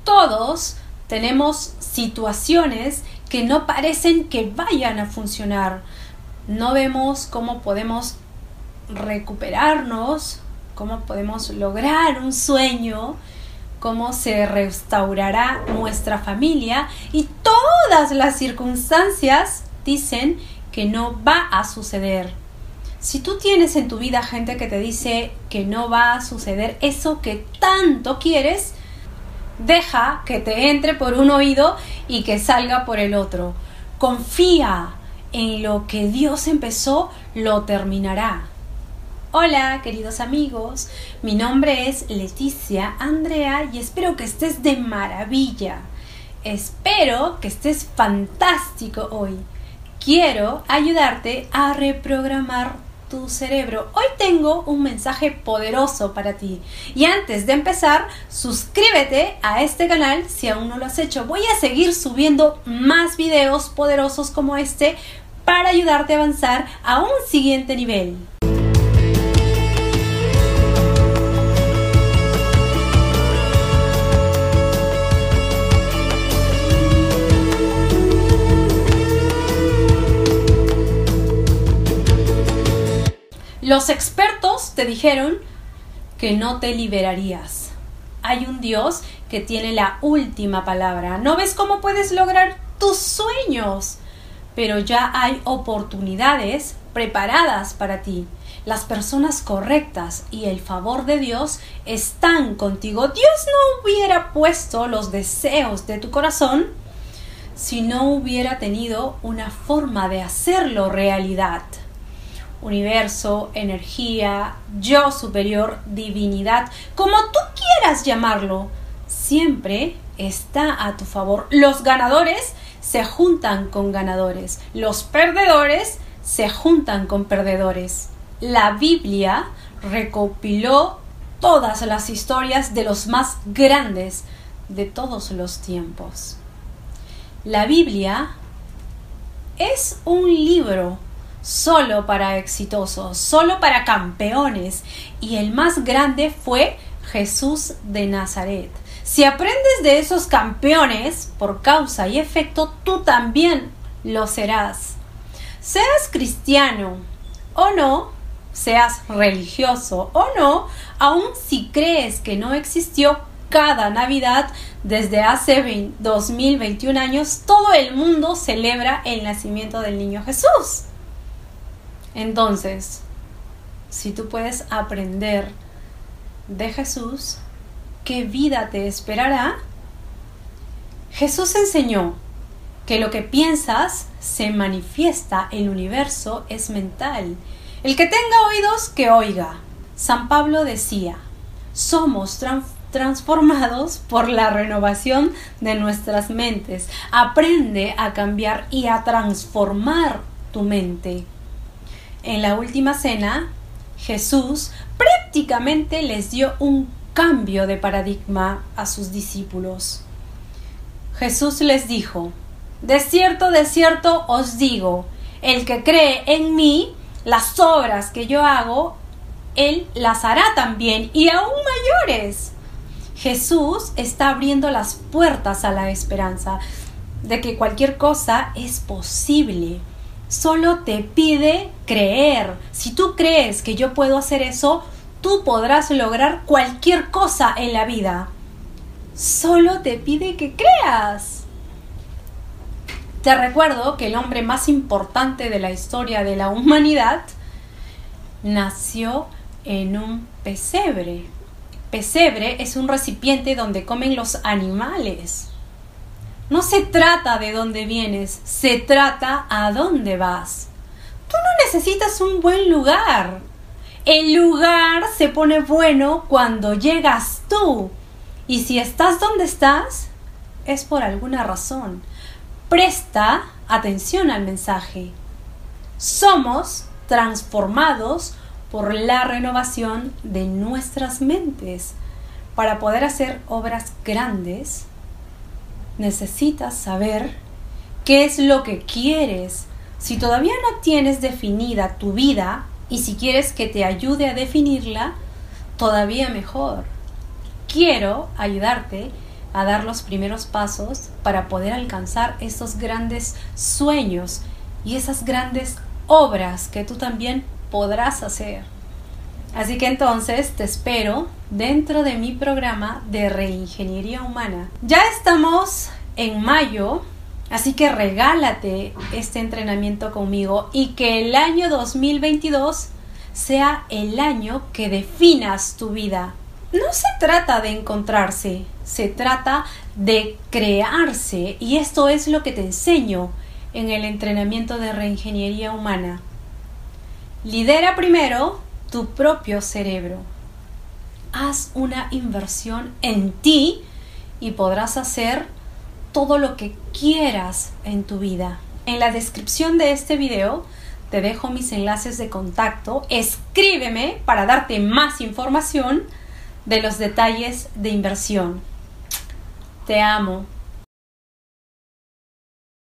Todos tenemos situaciones que no parecen que vayan a funcionar. No vemos cómo podemos recuperarnos, cómo podemos lograr un sueño, cómo se restaurará nuestra familia, y todas las circunstancias dicen que no va a suceder. Si tú tienes en tu vida gente que te dice que no va a suceder eso que tanto quieres, deja que te entre por un oído y que salga por el otro. Confía en lo que Dios empezó, lo terminará. Hola, queridos amigos, mi nombre es Leticia Andrea y espero que estés de maravilla. Espero que estés fantástico hoy. Quiero ayudarte a reprogramar tu cerebro. Hoy tengo un mensaje poderoso para ti. Y antes de empezar, suscríbete a este canal si aún no lo has hecho. Voy a seguir subiendo más videos poderosos como este para ayudarte a avanzar a un siguiente nivel. Los expertos te dijeron que no te liberarías. Hay un Dios que tiene la última palabra. ¿No ves cómo puedes lograr tus sueños? Pero ya hay oportunidades preparadas para ti. Las personas correctas y el favor de Dios están contigo. Dios no hubiera puesto los deseos de tu corazón si no hubiera tenido una forma de hacerlo realidad. Universo, energía, yo superior, divinidad, como tú quieras llamarlo, siempre está a tu favor. Los ganadores se juntan con ganadores, los perdedores se juntan con perdedores. La Biblia recopiló todas las historias de los más grandes de todos los tiempos. La Biblia es un libro solo para exitosos, solo para campeones, y el más grande fue Jesús de Nazaret. Si aprendes de esos campeones por causa y efecto, tú también lo serás. Seas cristiano o no, seas religioso o no, aun si crees que no existió, cada Navidad desde hace 2021 años, todo el mundo celebra el nacimiento del niño Jesús. Entonces, si tú puedes aprender de Jesús, ¿qué vida te esperará? Jesús enseñó que lo que piensas se manifiesta. El universo es mental. El que tenga oídos, que oiga. San Pablo decía, somos transformados por la renovación de nuestras mentes. Aprende a cambiar y a transformar tu mente. En la última cena, Jesús prácticamente les dio un cambio de paradigma a sus discípulos. Jesús les dijo, de cierto os digo, el que cree en mí, las obras que yo hago, él las hará también, y aún mayores. Jesús está abriendo las puertas a la esperanza de que cualquier cosa es posible. Solo te pide creer. Si tú crees que yo puedo hacer eso, tú podrás lograr cualquier cosa en la vida. Solo te pide que creas. Te recuerdo que el hombre más importante de la historia de la humanidad nació en un pesebre. Pesebre es un recipiente donde comen los animales. No se trata de dónde vienes, se trata a dónde vas. Tú no necesitas un buen lugar. El lugar se pone bueno cuando llegas tú. Y si estás donde estás, es por alguna razón. Presta atención al mensaje. Somos transformados por la renovación de nuestras mentes. Para poder hacer obras grandes, necesitas saber qué es lo que quieres. Si todavía no tienes definida tu vida y si quieres que te ayude a definirla, todavía mejor. Quiero ayudarte a dar los primeros pasos para poder alcanzar esos grandes sueños y esas grandes obras que tú también podrás hacer. Así que entonces te espero dentro de mi programa de reingeniería humana. Ya estamos en mayo, así que regálate este entrenamiento conmigo y que el año 2022 sea el año que definas tu vida. No se trata de encontrarse, se trata de crearse, y esto es lo que te enseño en el entrenamiento de reingeniería humana. Lidera primero tu propio cerebro. Haz una inversión en ti y podrás hacer todo lo que quieras en tu vida. En la descripción de este video te dejo mis enlaces de contacto. Escríbeme para darte más información de los detalles de inversión. Te amo.